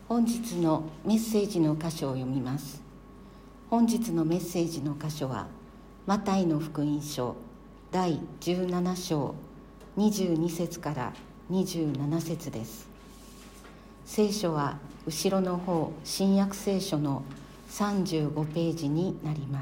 本日のメッセージの箇所を読みます。本日のメッセージの箇所はマタイの福音書第17章22節から27節です。聖書は後ろの方、新約聖書の35ページになります。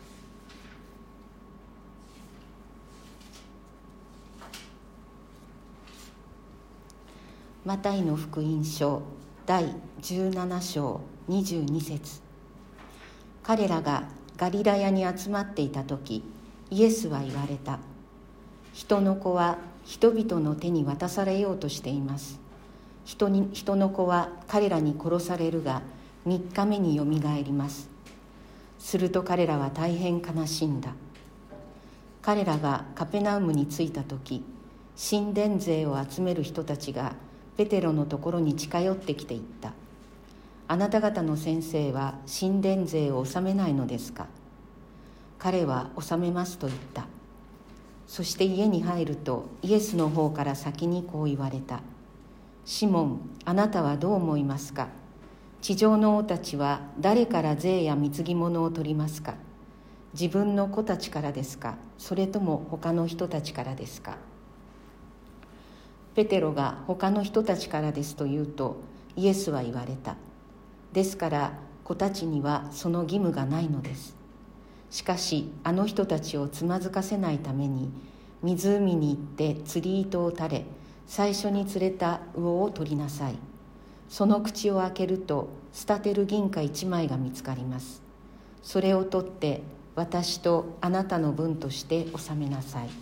マタイの福音書第17章22節。彼らがガリラヤに集まっていた時、イエスは言われた。人の子は人々の手に渡されようとしています。人の子は彼らに殺されるが、3日目によみがえります。すると彼らは大変悲しんだ。彼らがカペナウムに着いた時、神殿税を集める人たちがペテロのところに近寄ってきて言った。あなた方の先生は神殿税を納めないのですか？彼は納めますと言った。そして家に入るとイエスの方から先にこう言われた。シモン、あなたはどう思いますか？地上の王たちは誰から税や貢ぎ物を取りますか？自分の子たちからですか？それとも他の人たちからですか？ペテロが他の人たちからですと言うと、イエスは言われた。ですから子たちにはその義務がないのです。しかしあの人たちをつまずかせないために、湖に行って釣り糸を垂れ、最初に釣れた魚を取りなさい。その口を開けると捨てる銀貨1枚が見つかります。それを取って私とあなたの分として納めなさい。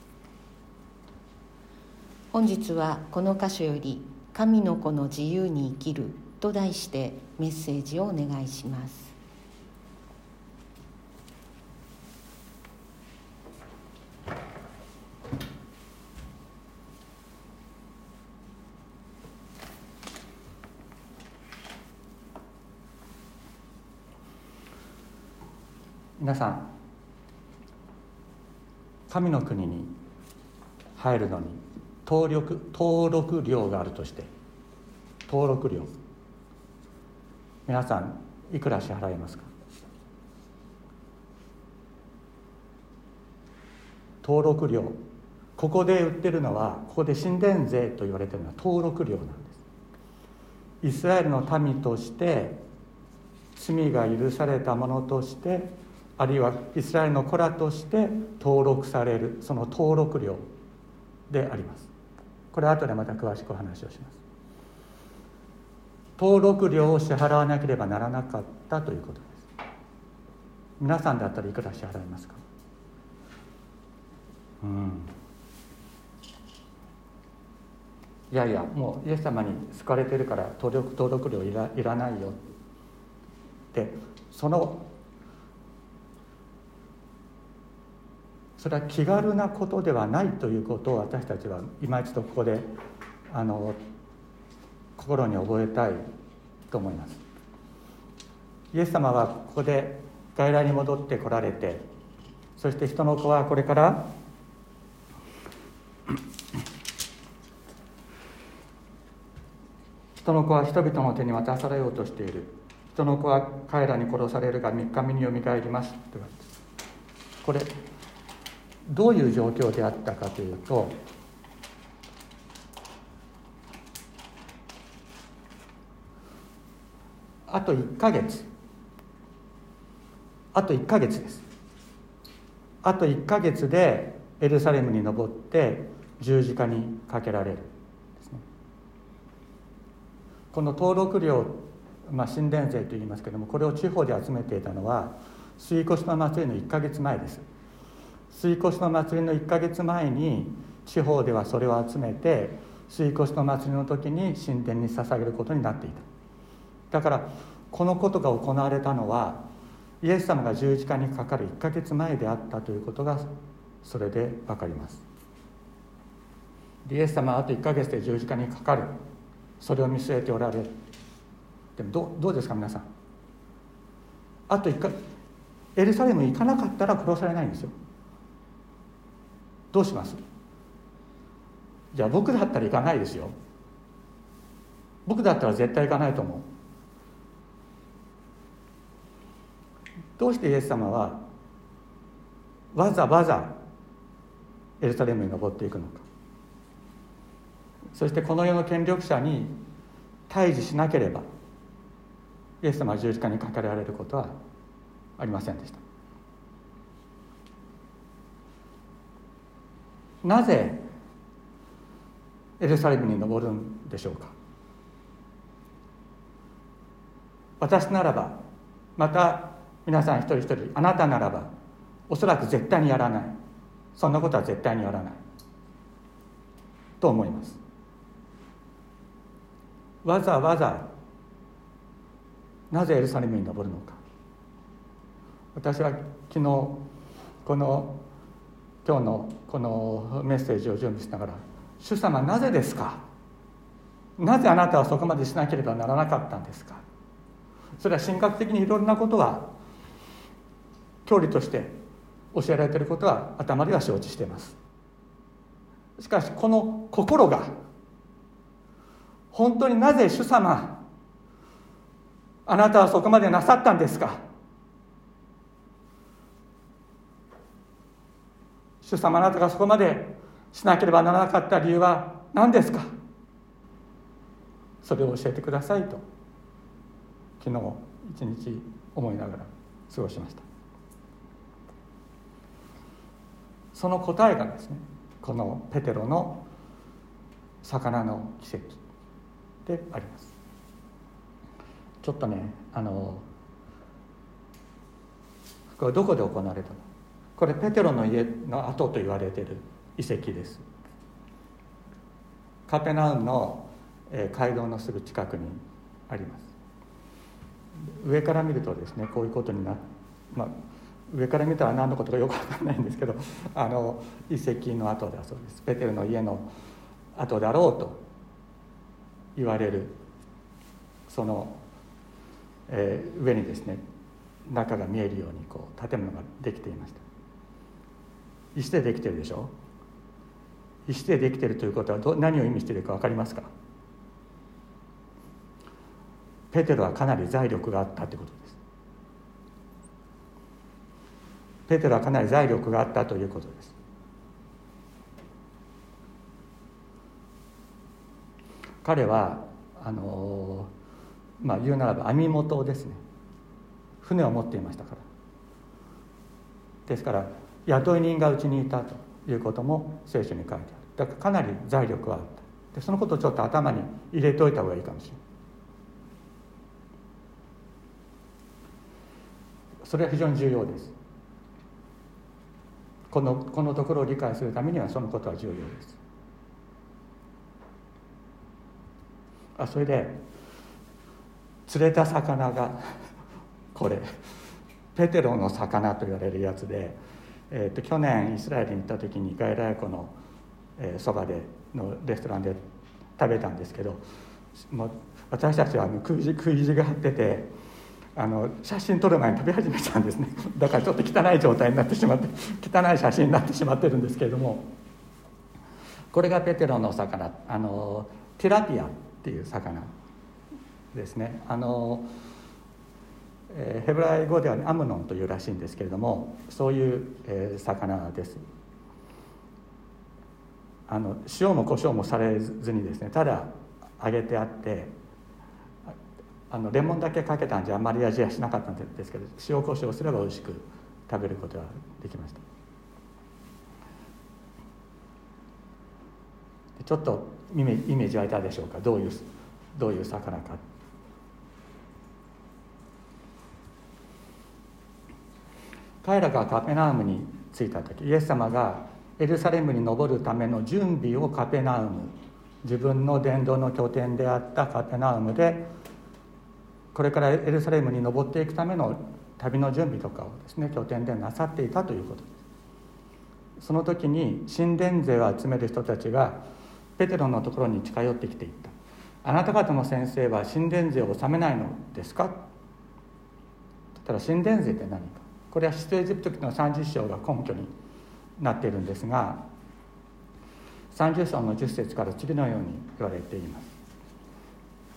本日はこの箇所より神の子の自由に生きると題してメッセージをお願いします。 皆さん、神の国に入るのに登録料があるとして、登録料、皆さんいくら支払いますか？登録料、ここで売ってるのは、ここで神殿税と言われているのは登録料なんです。イスラエルの民として罪が許されたものとして、あるいはイスラエルの子らとして登録される、その登録料であります。これは後でまた詳しくお話をします。登録料を支払わなければならなかったということです。皆さんだったらいくら支払いますか？いやいや、もうイエス様に救われているから登録料いらないよって、それは気軽なことではないということを私たちは今一度ここで心に覚えたいと思います。イエス様はここで外来に戻ってこられて、そして人の子はこれから人の子は人々の手に渡されようとしている。人の子は彼らに殺されるが3日目によみがえりますと言われて、これどういう状況であったかというと、あと1ヶ月です。あと1ヶ月でエルサレムに登って十字架にかけられるですね。この登録料、神殿税といいますけれども、これを地方で集めていたのは杉越の祭りの1ヶ月前です。杉越の祭りの1ヶ月前に地方ではそれを集めて、杉越の祭りの時に神殿に捧げることになっていた。だからこのことが行われたのはイエス様が十字架にかかる1ヶ月前であったということがそれで分かります。イエス様はあと1ヶ月で十字架にかかる、それを見据えておられる。でもどうですか皆さん。あと1ヶ月エルサレムに行かなかったら殺されないんですよ。どうします？じゃあ僕だったら行かないですよ。 僕だったら絶対行かないと思う。どうしてイエス様はわざわざエルサレムに登っていくのか。そしてこの世の権力者に対峙しなければイエス様は十字架にかけられることはありませんでした。なぜエルサレムに登るんでしょうか。私ならば、また皆さん一人一人、あなたならばおそらく絶対にやらない、そんなことは絶対にやらないと思います。わざわざなぜエルサレムに登るのか。私は昨日今日のこのメッセージを準備しながら、主様なぜですか、なぜあなたはそこまでしなければならなかったんですか。それは神学的にいろんなことは教理として教えられていることは頭では承知しています。しかしこの心が本当になぜ主様あなたはそこまでなさったんですか、主様あなたがそこまでしなければならなかった理由は何ですか、それを教えてくださいと昨日一日思いながら過ごしました。その答えがですね、このペテロの魚の奇跡であります。ちょっとね、これどこで行われたの。これペテロの家の跡と言われている遺跡です。カペナウムの街道のすぐ近くにあります。上から見るとですね、こういうことに上から見たら何のことかよく分かんないんですけど、遺跡の跡だそうです。ペテロの家の跡だろうと言われるその、上にですね、中が見えるように建物ができていました。石でできてるでしょ。石でできてるということは何を意味しているか分かりますか。ペテロはかなり財力があったということです。ペテロはかなり財力があったということです。彼は言うならば網元ですね、船を持っていましたから。ですから雇い人がうちにいたということも聖書に書いてある。だからかなり財力はあった。でそのことをちょっと頭に入れておいた方がいいかもしれない。それは非常に重要です。このところを理解するためにはそのことは重要です。それで釣れた魚がこれペテロの魚と言われるやつで、去年イスラエルに行った時にガイラヤ湖のそばでのレストランで食べたんですけど、もう私たちは食い意地が張ってて写真撮る前に食べ始めちゃうんですね。だからちょっと汚い状態になってしまって、汚い写真になってしまってるんですけれども、これがペテロの魚、ティラピアっていう魚ですね。ヘブライ語では、アムノンというらしいんですけれども、そういう、魚です。塩も胡椒もされずにですね、ただ揚げてあって、レモンだけかけたんじゃあんまり味はしなかったんですけど、塩胡椒をすれば美味しく食べることができました。ちょっとイメージ湧いたでしょうか。どういう魚か。彼らがカペナウムに着いた時、イエス様がエルサレムに登るための準備をカペナウム、自分の伝道の拠点であったカペナウムで、これからエルサレムに登っていくための旅の準備とかをですね、拠点でなさっていたということです。その時に神殿税を集める人たちがペテロのところに近寄ってきていった。あなた方の先生は神殿税を納めないのですか。と言ったら、神殿税って何か。これは出エジプト記の30章が根拠になっているんですが、30章の10節から次のように言われています。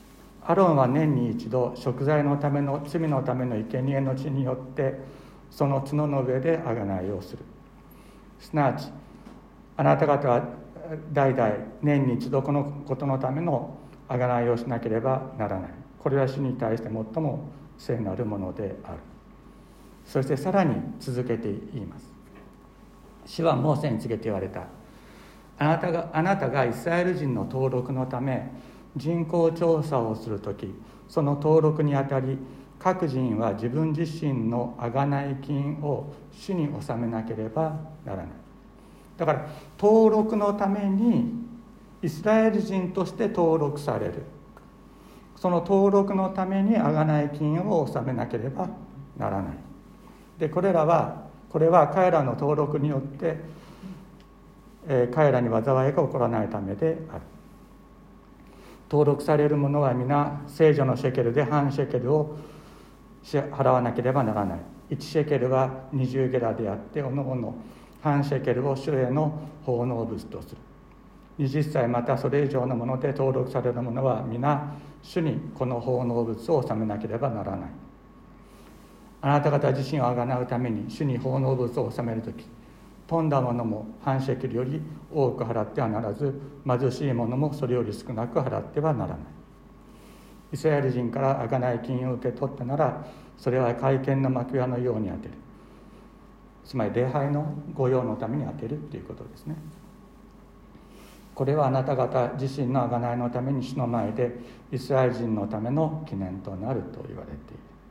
アロンは年に一度贖罪のための罪のための生贄の血によってその角の上で贖いをする。すなわちあなた方は代々年に一度このことのための贖いをしなければならない。これは主に対して最も聖なるものである。そしてさらに続けて言います。主はモーセに告げて言われた。あなたがイスラエル人の登録のため人口調査をするとき、その登録にあたり各人は自分自身の贖い金を主に納めなければならない。だから登録のためにイスラエル人として登録される。その登録のために贖い金を納めなければならない。でこれは彼らの登録によって、彼らに災いが起こらないためである。登録される者は皆聖女のシェケルで半シェケルを支払わなければならない。1シェケルは20ゲラであって、おのおの半シェケルを主への奉納物とする。20歳またそれ以上のもので登録される者は皆主にこの奉納物を納めなければならない。あなた方自身をあがなうために主に奉納物を納めるとき、富んだものも半シェケルより多く払ってはならず、貧しいものもそれより少なく払ってはならない。イスラエル人から贖い金を受け取ったなら、それは会見の幕屋のように当てる。つまり礼拝の御用のために当てるということですね。これはあなた方自身の贖いのために主の前でイスラエル人のための記念となると言われている。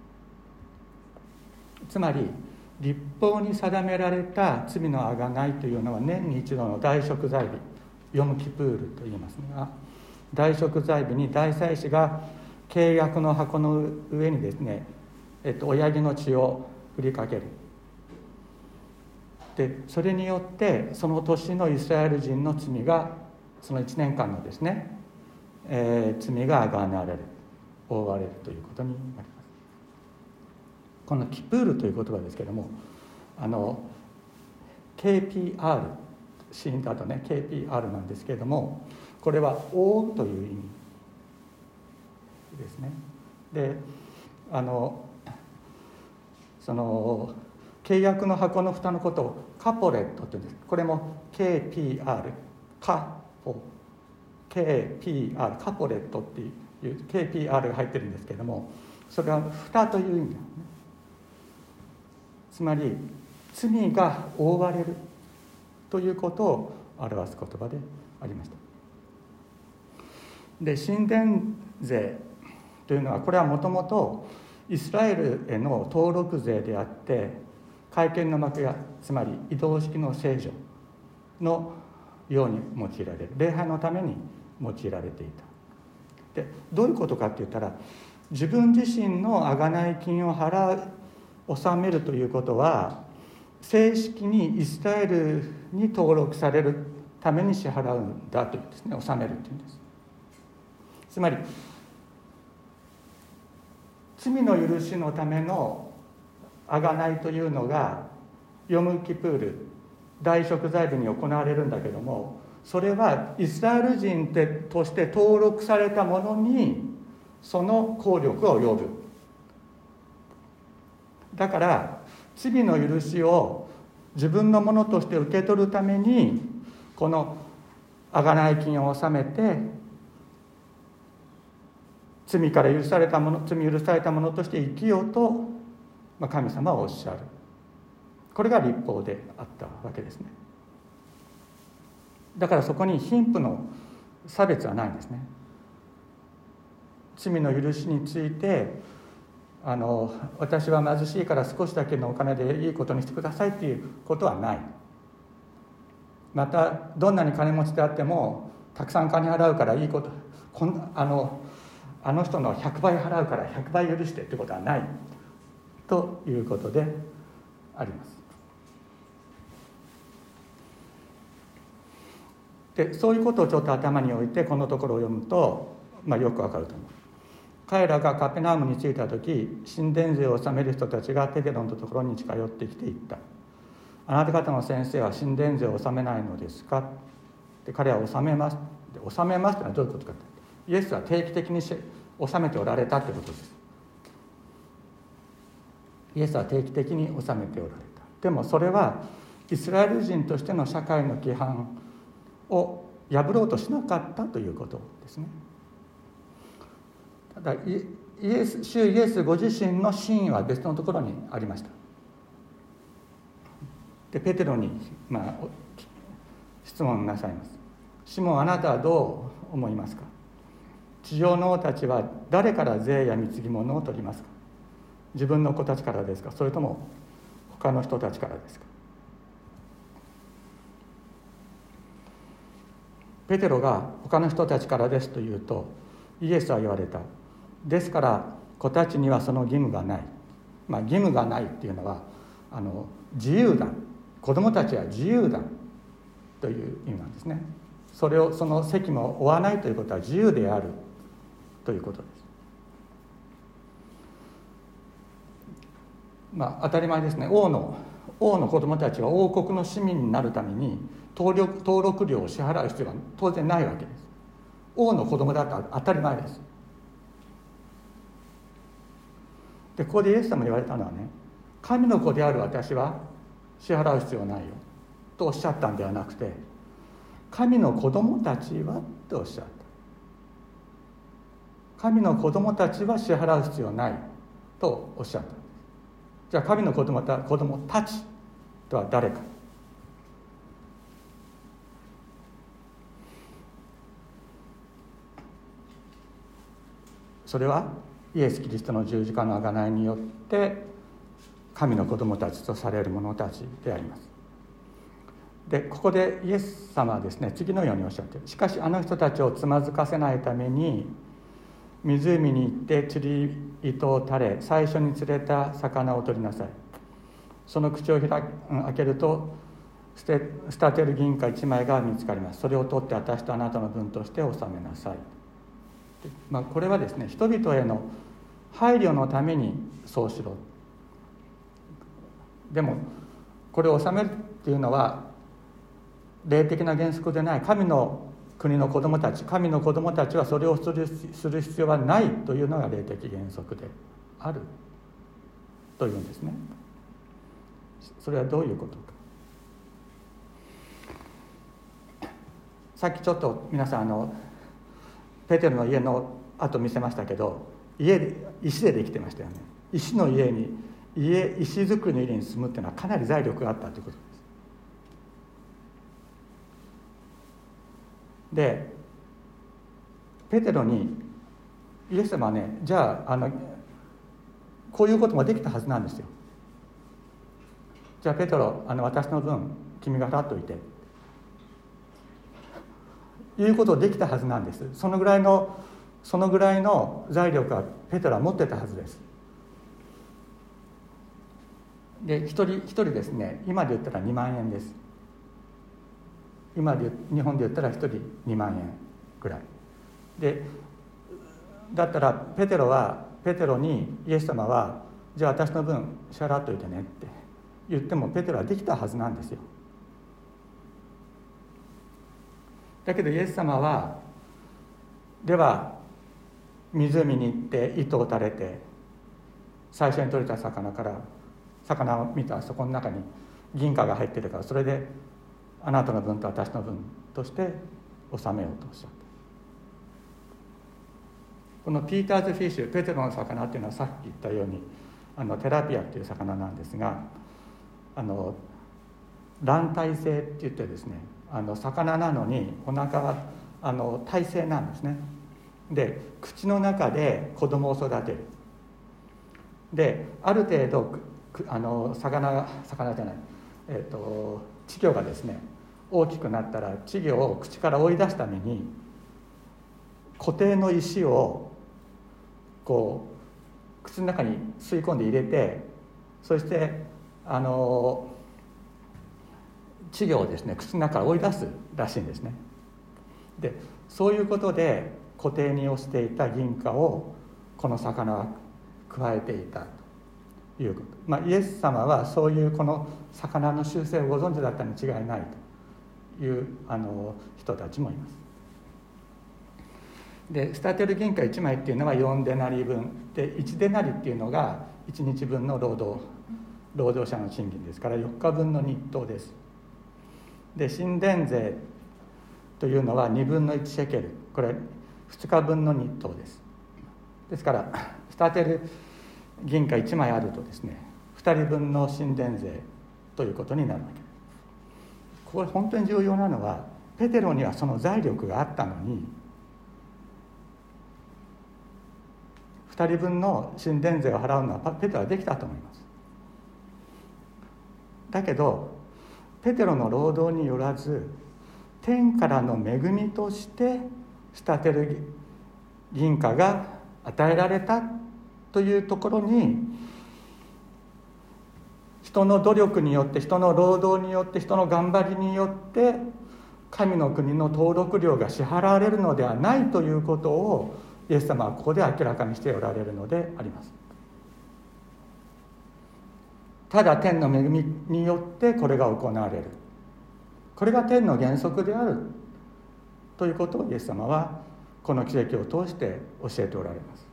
つまり律法に定められた罪の贖いというのは年に一度の大贖罪日、ヨムキプールと言いますが、大贖罪日に大祭司が契約の箱の上にですね、親木の血を振りかける。でそれによってその年のイスラエル人の罪が、その1年間のですね、罪が贖われる、覆われるということになります。このキプールという言葉ですけれども、KPR 死んだとね KPR なんですけれども、これは覆うという意味ですね。でその契約の箱の蓋のことをカポレットというんです。これも KPR カポレットっていう KPR が入ってるんですけれども、それは蓋という意味なんですね。つまり罪が覆われるということを表す言葉でありました。で神殿税というのは、これはもともとイスラエルへの登録税であって、会見の幕屋、つまり移動式の聖所のように用いられる、礼拝のために用いられていた。でどういうことかって言ったら、自分自身の贖い金を納めるということは、正式にイスラエルに登録されるために支払うんだというですね、納めるというんです。つまり罪の許しのための贖いというのがヨムキプール、大贖罪日に行われるんだけども、それはイスラエル人として登録されたものにその効力が及ぶ。だから罪の許しを自分のものとして受け取るために、この贖い金を納めて罪許されたものとして生きようと神様はおっしゃる。これが律法であったわけですね。だからそこに貧富の差別はないんですね。罪の許しについて私は貧しいから少しだけのお金でいいことにしてくださいっていうことはない。またどんなに金持ちであってもたくさん金払うからいいこと、あの人の100倍払うから100倍許してってことはないということであります。でそういうことをちょっと頭に置いてこのところを読むと、よくわかると思う。彼らがカペナウムに着いた時、神殿税を納める人たちがペテロのところに近寄ってきて言った。あなた方の先生は神殿税を納めないのですか。で彼は納めます。納めますというのはどういうことか。イエスは定期的に納治めておられたということです。イエスは定期的に治めておられた。でもそれはイスラエル人としての社会の規範を破ろうとしなかったということですね。ただ主イエスご自身の真意は別のところにありました。でペテロに、質問なさいます。シモン、あなたはどう思いますか？地上の王たちは誰から税や貢ぎ物を取りますか？自分の子たちからですか？それとも他の人たちからですか？ペテロが他の人たちからですと言うと、イエスは言われた。ですから子たちにはその義務がない。義務がないっていうのは自由だ、子供たちは自由だという意味なんですね。その責務を負わないということは自由であるということです。当たり前ですね。王の子供たちは王国の市民になるために登録料を支払う必要は当然ないわけです。王の子供だと当たり前です。でここでイエス様に言われたのはね、神の子である私は支払う必要ないよとおっしゃったんではなくて、神の子供たちはとおっしゃった。神の子供たちは支払う必要ないとおっしゃった。じゃあ神の子供たちとは誰か。それはイエス・キリストの十字架の贖いによって神の子供たちとされる者たちであります。でここでイエス様はですね、次のようにおっしゃっている。しかしあの人たちをつまずかせないために湖に行って釣り糸を垂れ、最初に釣れた魚を取りなさい。その口を開けると捨てる銀貨1枚が見つかります。それを取って私とあなたの分として納めなさい。これはですね、人々への配慮のためにそうしろ。でもこれを納めるっていうのは霊的な原則でない。神の国の子供たちはそれをする必要はないというのが霊的原則であるというんですね。それはどういうことか。さっきちょっと皆さんペテロの家の跡見せましたけど、石でできてましたよね。石造りの家に住むっていうのはかなり財力があったということです。でペテロにイエス様はね、じゃあこういうこともできたはずなんですよ。じゃあペテロ、私の分君が払っといていうことをできたはずなんです。そのぐらいの財力はペテロは持ってたはずです。で一人ですね、今で言ったら2万円です。日本で言ったら1人2万円ぐらいで、だったらペテロにイエス様はじゃあ私の分支払っといてねって言ってもペテロはできたはずなんですよ。だけどイエス様はでは湖に行って糸を垂れて最初に取れた魚を見たらそこの中に銀貨が入ってるから、それであなたの分と私の分として納めようとおっしゃった。このピーターズフィッシュ、ペテロの魚っていうのはさっき言ったようにテラピアっていう魚なんですが、卵体性って言ってですね、魚なのにお腹は胎性なんですね。で口の中で子供を育てる。である程度魚じゃない稚魚がですね大きくなったら稚魚を口から追い出すために固定の石をこう口の中に吸い込んで入れて、そして稚魚をですね口の中から追い出すらしいんですね。でそういうことで固定にしていた銀貨をこの魚は加えていたということ、イエス様はそういうこの魚の習性をご存知だったに違いないという人たちもいます。 でスタテル銀貨1枚っていうのは4デナリ分で、1デナリっていうのが1日分の労働者の賃金ですから、4日分の日当です。で神殿税というのは2分の1シェケル、これ2日分の日当です。ですからスタテル銀貨1枚あるとですね、2人分の神殿税ということになるわけです。これ本当に重要なのは、ペテロにはその財力があったのに、2人分の神殿税を払うのはペテロはできたと思います。だけどペテロの労働によらず、天からの恵みとしてスタテル銀貨が与えられたというところに、人の努力によって、人の労働によって、人の頑張りによって神の国の登録料が支払われるのではないということをイエス様はここで明らかにしておられるのであります。ただ天の恵みによってこれが行われる、これが天の原則であるということをイエス様はこの奇跡を通して教えておられます。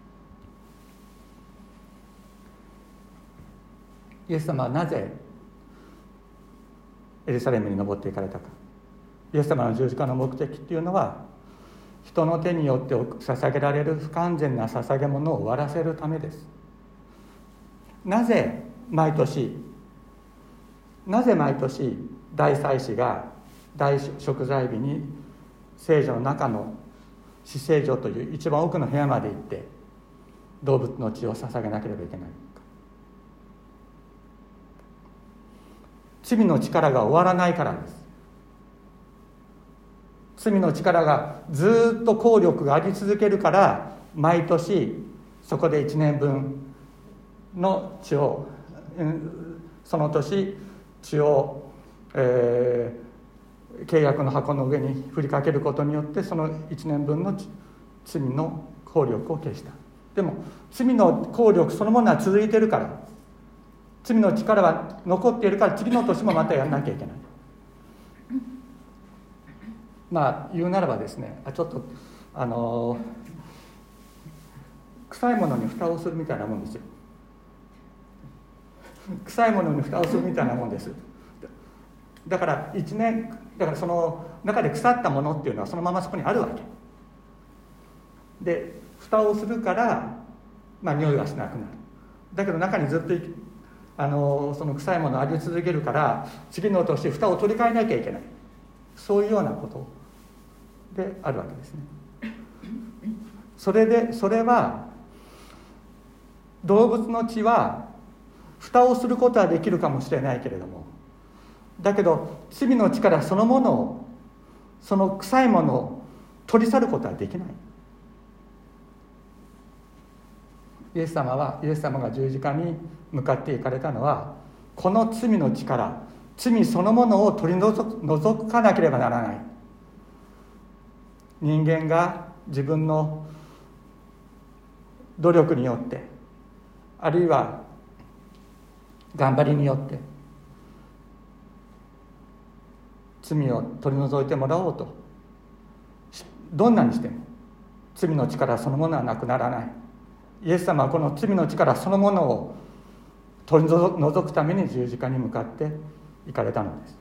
イエス様はなぜエルサレムに登っていかれたか。イエス様の十字架の目的っていうのは、人の手によって捧げられる不完全な捧げ物を終わらせるためです。なぜ毎年大祭司が大贖罪日に聖所の中の至聖所という一番奥の部屋まで行って動物の血を捧げなければいけないか。罪の力が終わらないからです。罪の力がずっと効力があり続けるから、毎年そこで1年分の血を、その年血を、契約の箱の上に振りかけることによって、その1年分の罪の効力を消した。でも罪の効力そのものは続いているから、罪の力は残っているから、次の年もまたやらなきゃいけない。まあ言うならばですね、ちょっと臭いものに蓋をするみたいなもんですよ。臭いものに蓋をするみたいなもんです。だからその中で腐ったものっていうのはそのままそこにあるわけで、蓋をするから、匂いはしなくなる。だけど中にずっとその臭いものをあり続けるから、次の年蓋を取り替えなきゃいけない、そういうようなことであるわけですね。それは動物の血は蓋をすることはできるかもしれないけれども、だけど罪の力そのものを、その臭いものを取り去ることはできない。イエス様が十字架に向かっていかれたのは、この罪の力、罪そのものを取り除かなければならない。人間が自分の努力によって、あるいは頑張りによって罪を取り除いてもらおうとどんなにしても、罪の力そのものはなくならない。イエス様はこの罪の力そのものを取り除くために十字架に向かって行かれたのです。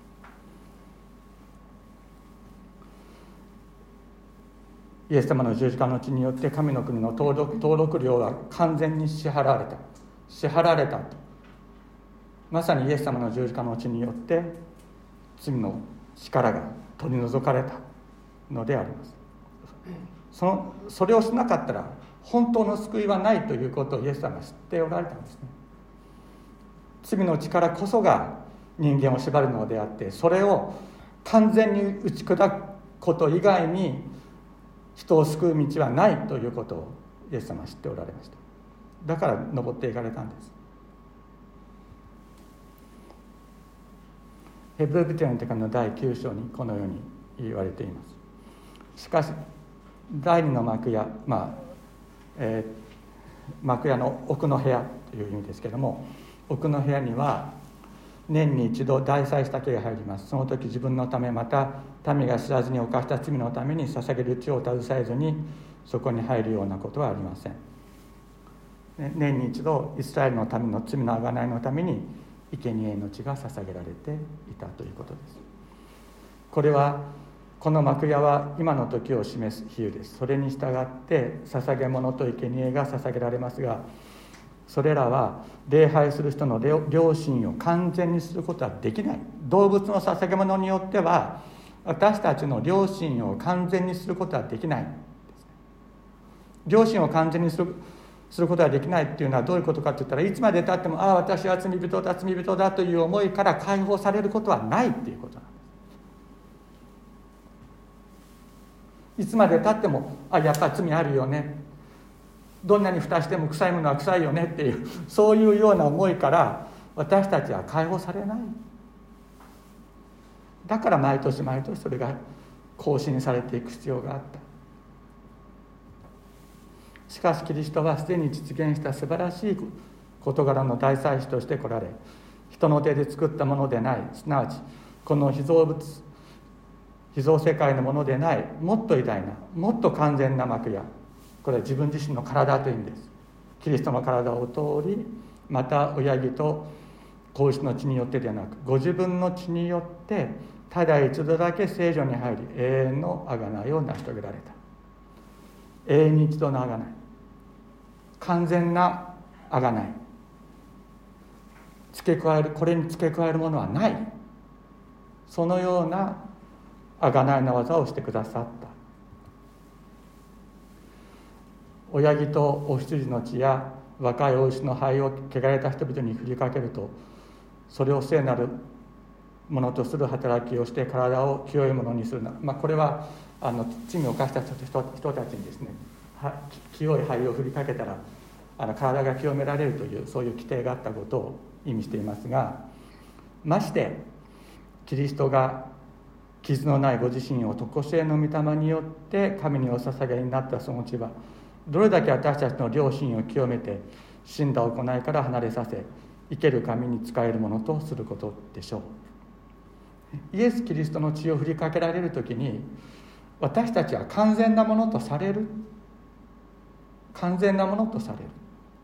イエス様の十字架の血によって神の国の登録料は完全に支払われたと、まさにイエス様の十字架の血によって罪の力が取り除かれたのであります。それをしなかったら本当の救いはないということをイエス様は知っておられたんですね。罪の力こそが人間を縛るのであって、それを完全に打ち砕くこと以外に人を救う道はないということをイエス様は知っておられました。だから登っていかれたんです。ヘブル人への手紙の第9章にこのように言われています。しかし第二の幕屋、幕屋の奥の部屋という意味ですけれども、奥の部屋には年に一度大祭司だけが入ります。その時自分のため、また民が知らずに犯した罪のために捧げる血を携えずにそこに入るようなことはありません。年に一度イスラエルの民の罪の贖いのために生贄の血が捧げられていたということです。これはこの幕屋は今の時を示す比喩です。それに従って捧げ物と生贄が捧げられますが、それらは礼拝する人の良心を完全にすることはできない。動物の捧げ物によっては私たちの良心を完全にすることはできない。良心を完全にすることができないっていうのはどういうことかって言ったら、いつまでたっても私は罪人だという思いから解放されることはないっていうことなんです。いつまでたってもやっぱり罪あるよね、どんなに蓋しても臭いものは臭いよねっていう、そういうような思いから私たちは解放されない。だから毎年毎年それが更新されていく必要があった。しかしキリストはすでに実現した素晴らしい事柄の大祭司として来られ、人の手で作ったものでない、すなわちこの被造世界のものでない、もっと偉大な、もっと完全な幕屋、これは自分自身の体という意味です。キリストの体を通り、また親木と子牛の血によってではなく、ご自分の血によってただ一度だけ聖所に入り、永遠の贖いを成し遂げられた。永遠に一度の贖い、完全な贖い、これに付け加えるものはない、そのような贖いの技をしてくださった。親木とお羊の血や若いお牛の灰を汚れた人々に振りかけると、それを聖なるものとする働きをして体を清いものにするな。これは罪を犯した人たちにですね、清い灰を振りかけたら体が清められるという、そういう規定があったことを意味していますが、ましてキリストが傷のないご自身を常しえの御霊によって神にお捧げになったその血は、どれだけ私たちの良心を清めて死んだ行いから離れさせ、生ける神に仕えるものとすることでしょう。イエス・キリストの血を振りかけられるときに、私たちは完全なものとされる。完全なものとされる。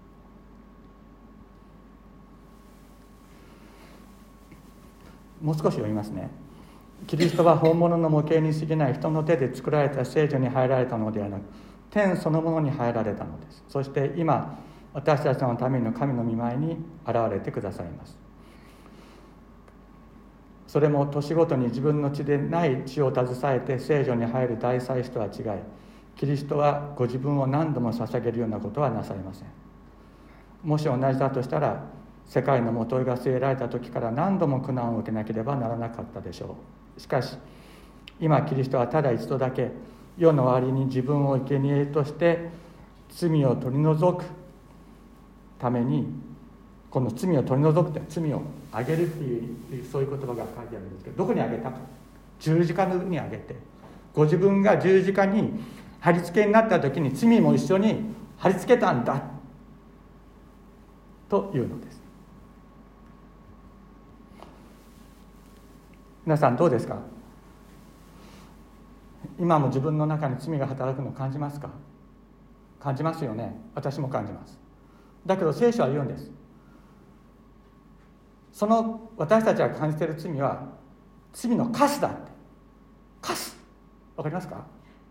もう少し読みますね。キリストは本物の模型に過ぎない人の手で作られた聖所に入られたのではなく、天そのものに入られたのです。そして今私たちのための神の御前に現れてくださいます。それも年ごとに自分の血でない血を携えて聖所に入る大祭司とは違い、キリストはご自分を何度も捧げるようなことはなさいません。もし同じだとしたら、世界の元が据えられた時から何度も苦難を受けなければならなかったでしょう。しかし今キリストはただ一度だけ世の終わりに自分を生贄として罪を取り除くために、この罪を取り除くって罪をあげるっていう、そういう言葉が書いてあるんですけど、どこにあげたか、十字架の上にあげて、ご自分が十字架に貼り付けになった時に罪も一緒に貼り付けたんだというのです。皆さんどうですか？今も自分の中に罪が働くのを感じますか？感じますよね。私も感じます。だけど聖書は言うんです。その私たちが感じている罪は罪のカスだって。カス、わかりますか？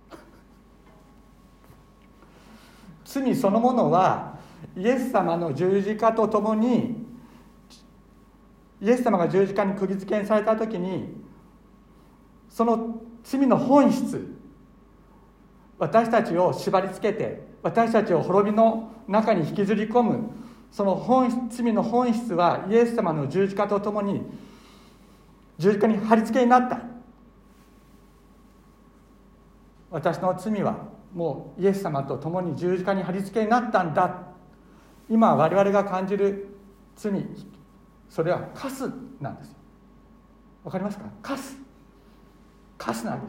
罪そのものはイエス様の十字架とともに、イエス様が十字架に釘付けにされた時に、その罪の本質、私たちを縛り付けて私たちを滅びの中に引きずり込む、その罪の本質はイエス様の十字架とともに十字架に貼り付けになった。私の罪はもうイエス様とともに十字架に貼り付けになったんだ。今我々が感じる罪、それはカスなんですよ。わかりますか？カスなんです。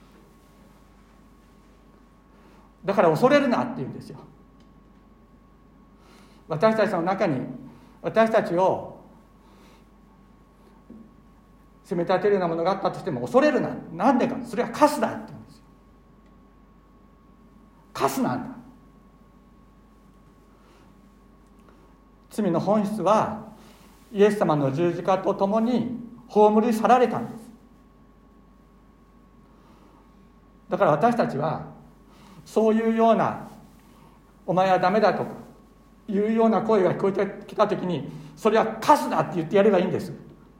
だから恐れるなって言うんですよ。私たちの中に、私たちを責め立てるようなものがあったとしても恐れるな。なんでか、それはカスだって言うんですよ。カスなんだ。罪の本質はイエス様の十字架とともに葬り去られたんです。だから私たちはそういうようなお前はダメだとかいうような声が聞こえてきたときに、それはカスだって言ってやればいいんです。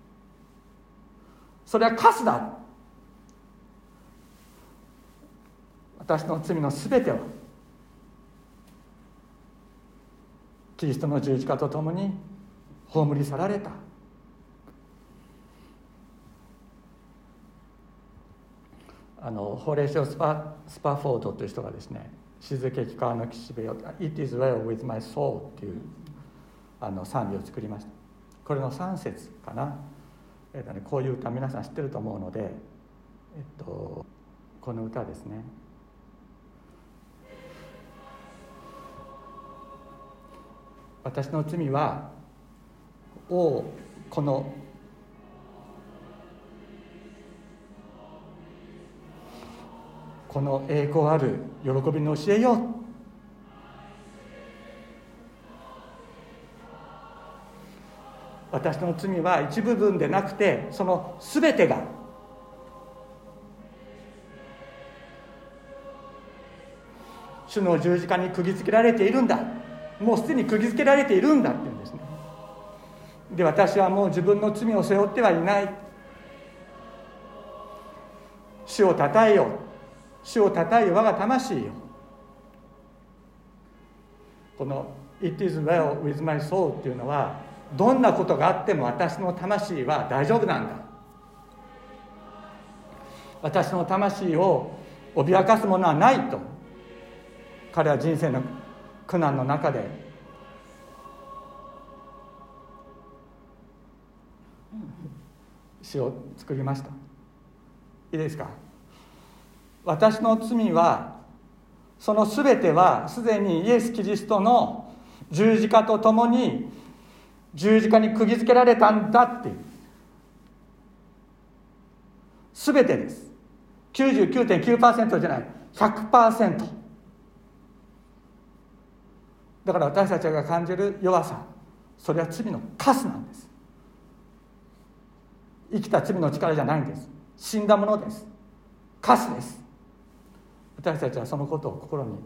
それはカスだ。私の罪のすべてはキリストの十字架とともに葬り去られた。法令書スパフォードという人がですね、静けき川の岸辺よ It is well with my soul という賛美を作りました。これの3節かな。こういう歌皆さん知ってると思うので、この歌ですね。私の罪はこの栄光ある喜びの教えよ。私の罪は一部分でなくて、その全てが主の十字架に釘付けられているんだ。もうすでに釘付けられているんだっていうんですね。で、私はもう自分の罪を背負ってはいない。主をたたえよ。主をたたえ我が魂よ。この It is well with my soul っていうのは、どんなことがあっても私の魂は大丈夫なんだ。私の魂を脅かすものはないと、彼は人生の苦難の中で詩を作りました。いいですか。私の罪は、そのすべてはすでにイエス・キリストの十字架とともに十字架に釘付けられたんだっていう、すべてです。 99.9% じゃない、 100%。 だから私たちが感じる弱さ、それは罪のカスなんです。生きた罪の力じゃないんです。死んだものです。カスです。私たちはそのことを心に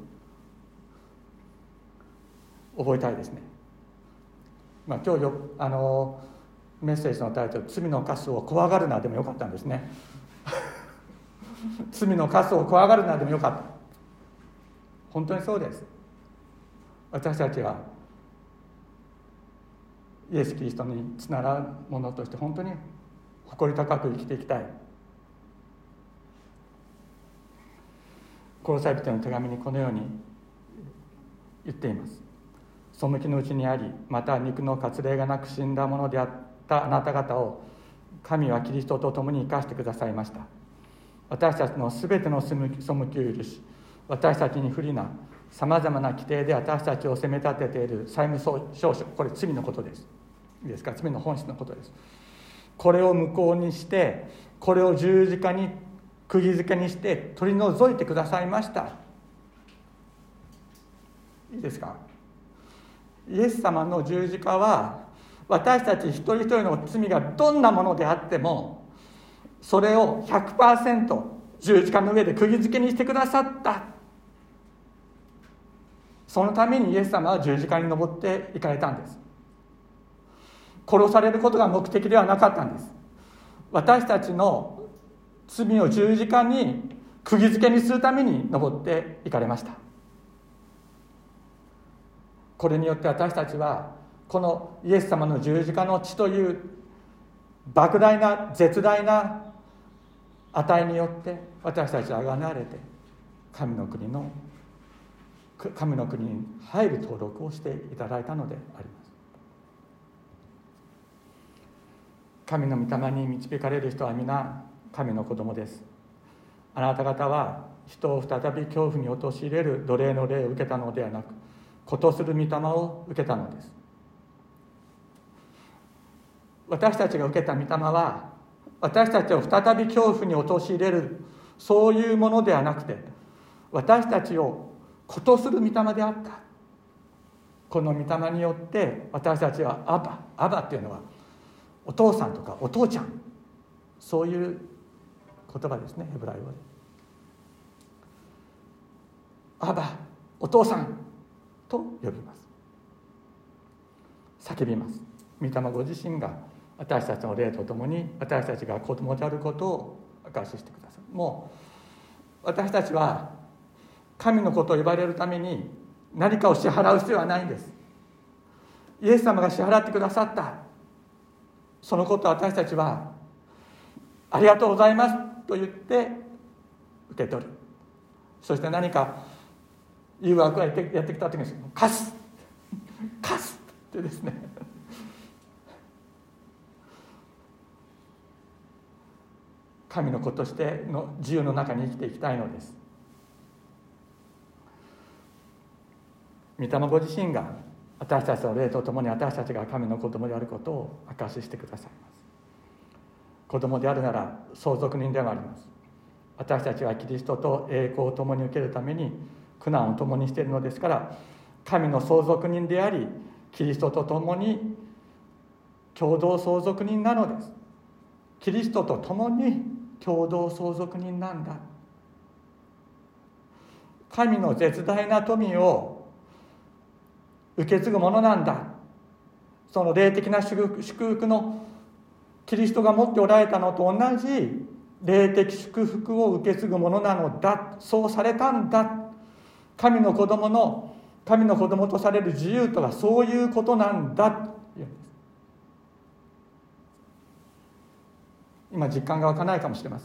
覚えたいですね。今日メッセージのタイトル、罪のカスを怖がるなでもよかったんですね罪のカスを怖がるなでもよかった。本当にそうです。私たちはイエス・キリストにつながるものとして本当に誇り高く生きていきたい。コロサイ人の手紙にこのように言っています。背きのうちにあり、また肉の割礼がなく死んだものであったあなた方を神はキリストと共に生かしてくださいました。私たちのすべての背きを許し、私たちに不利なさまざまな規定で私たちを責め立てている債務証書、これ罪のことです。いいですか。罪の本質のことです。これを無効にして、これを十字架に釘付けにして取り除いてくださいました。いいですか。イエス様の十字架は、私たち一人一人の罪がどんなものであっても、それを 100% 十字架の上で釘付けにしてくださった。そのためにイエス様は十字架に登っていかれたんです。殺されることが目的ではなかったんです。私たちの罪を十字架に釘付けにするために登っていかれました。これによって私たちはこのイエス様の十字架の血という莫大な絶大な値によって私たちは贖われて神の国に入る登録をしていただいたのであります。神の御霊に導かれる人は皆神の子供です。あなた方は人を再び恐怖に陥れる奴隷の霊を受けたのではなく、子とする御霊を受けたのです。私たちが受けた御霊は私たちを再び恐怖に陥れる、そういうものではなくて、私たちを子とする御霊であった。この御霊によって私たちはアバっていうのはお父さんとかお父ちゃん、そういう言葉ですね、ヘブライ語で。アバ、お父さんと呼びます。叫びます。御霊ご自身が私たちの霊とともに私たちが子供であることを証ししてください。もう私たちは神のことを呼ばれるために何かを支払う必要はないんです。イエス様が支払ってくださった、そのことを私たちはありがとうございますと言って受け取る。そして何か誘惑がやってきた時に貸すってですね、神の子としての自由の中に生きていきたいのです。御霊ご自身が私たちの霊とともに私たちが神の子供であることを証ししてくださいます。子供であるなら相続人でもあります。私たちはキリストと栄光を共に受けるために苦難を共にしているのですから、神の相続人でありキリストと共に共同相続人なのです。キリストと共に共同相続人なんだ。神の絶大な富を受け継ぐものなんだ。その霊的な祝福のキリストが持っておられたのと同じ霊的祝福を受け継ぐものなのだ。そうされたんだ。神の子供とされる自由とはそういうことなんだというんです。今実感が湧かないかもしれません。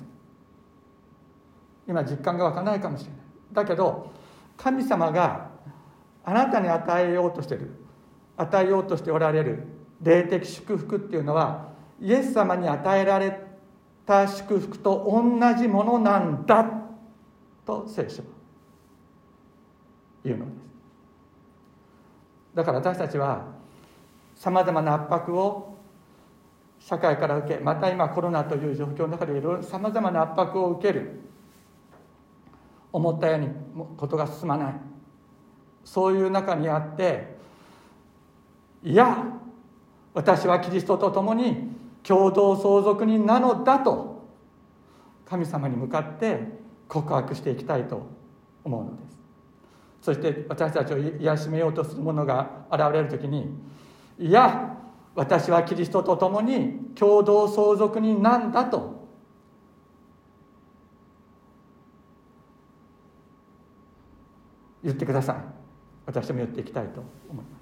だけど神様があなたに与えようとしておられる霊的祝福っていうのは、イエス様に与えられた祝福と同じものなんだと聖書は言うのです。だから私たちはさまざまな圧迫を社会から受け、また今コロナという状況の中でいろいろさまざまな圧迫を受ける、思ったようにことが進まない、そういう中にあって、いや私はキリストと共に共同相続人なのだと神様に向かって告白していきたいと思うのです。そして私たちを癒しめようとする者が現れるときに、いや私はキリストと共に共同相続人なんだと言ってください。私も言っていきたいと思います。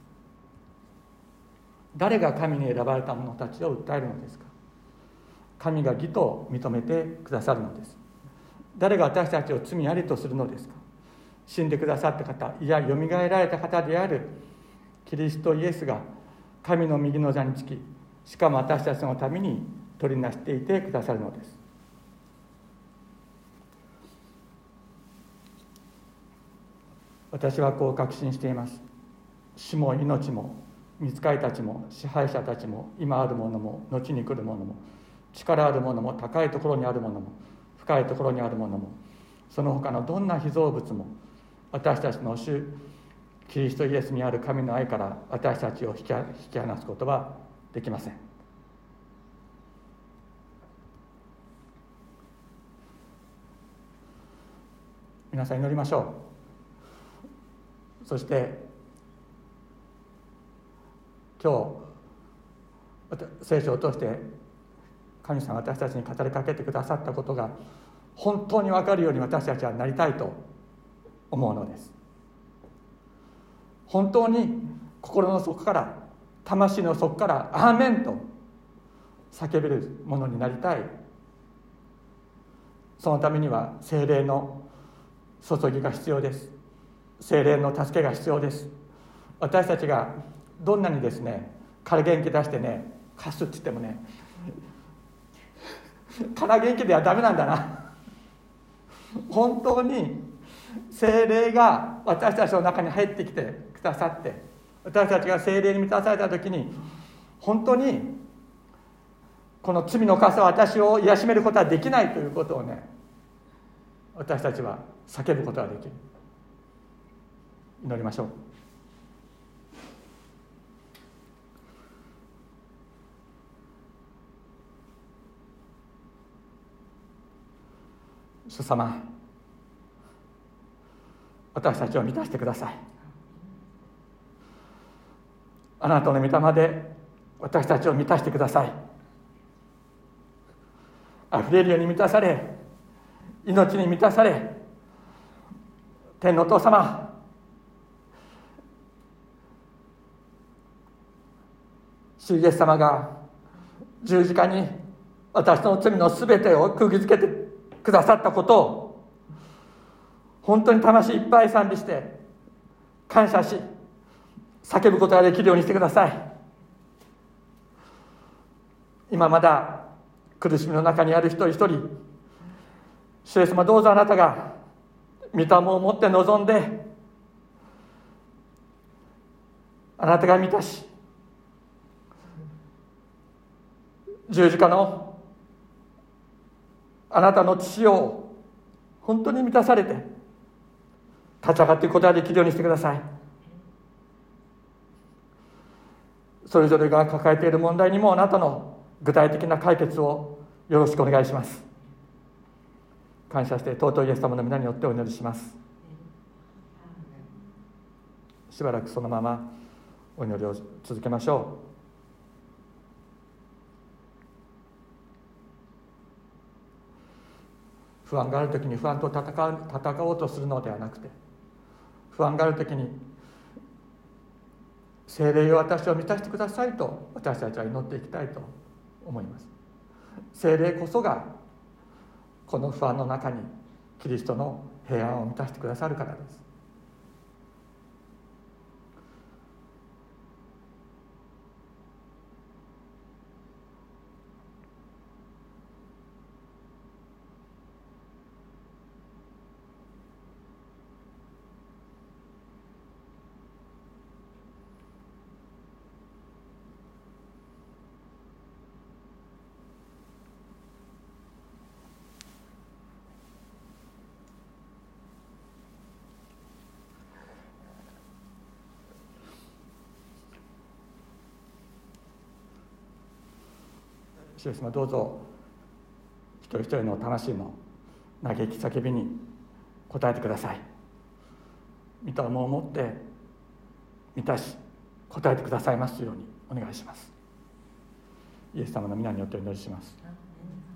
誰が神に選ばれた者たちを訴えるのですか。神が義と認めてくださるのです。誰が私たちを罪ありとするのですか。死んでくださった方、いやよみがえられた方であるキリストイエスが神の右の座につき、しかも私たちのために取りなしていてくださるのです。私はこう確信しています。死も命も御使いたちも支配者たちも今あるものも後に来るものも力あるものも高いところにあるものも深いところにあるものもその他のどんな被造物も私たちの主キリストイエスにある神の愛から私たちを引き離すことはできません。皆さん祈りましょう。そして今日聖書を通して神様が私たちに語りかけてくださったことが本当に分かるように私たちはなりたいと思うのです。本当に心の底から魂の底からアーメンと叫べるものになりたい。そのためには聖霊の注ぎが必要です。聖霊の助けが必要です。私たちがどんなにですねから元気出してね貸すって言ってもねから元気ではダメなんだな。本当に聖霊が私たちの中に入ってきてくださって、私たちが聖霊に満たされた時に本当にこの罪の笠は私を癒しめることはできないということをね、私たちは叫ぶことができる。祈りましょう。主様、私たちを満たしてください。あなたの御霊で私たちを満たしてください。あふれるように満たされ、命に満たされ、天のお父様、主イエス様が十字架に私の罪のすべてを釘付けてくださったことを本当に魂いっぱい賛美して感謝し、叫ぶことができるようにしてください。今まだ苦しみの中にある一人一人、主イエス様、どうぞあなたが御霊を持って臨んで、あなたが満たし、十字架のあなたの血を本当に満たされて立ち上がっていくことができるようにしてください。それぞれが抱えている問題にもあなたの具体的な解決をよろしくお願いします。感謝して尊いイエス様の皆によってお祈りします。しばらくそのままお祈りを続けましょう。不安があるときに不安と戦おうとするのではなくて、不安があるときに聖霊よ私を満たしてくださいと私たちは祈っていきたいと思います。聖霊こそがこの不安の中にキリストの平安を満たしてくださるからです。主イエス様、どうぞ一人一人の魂の嘆き叫びに応えてください。御霊を持って満たし応えてくださいますようにお願いします。イエス様の皆によってお祈りします。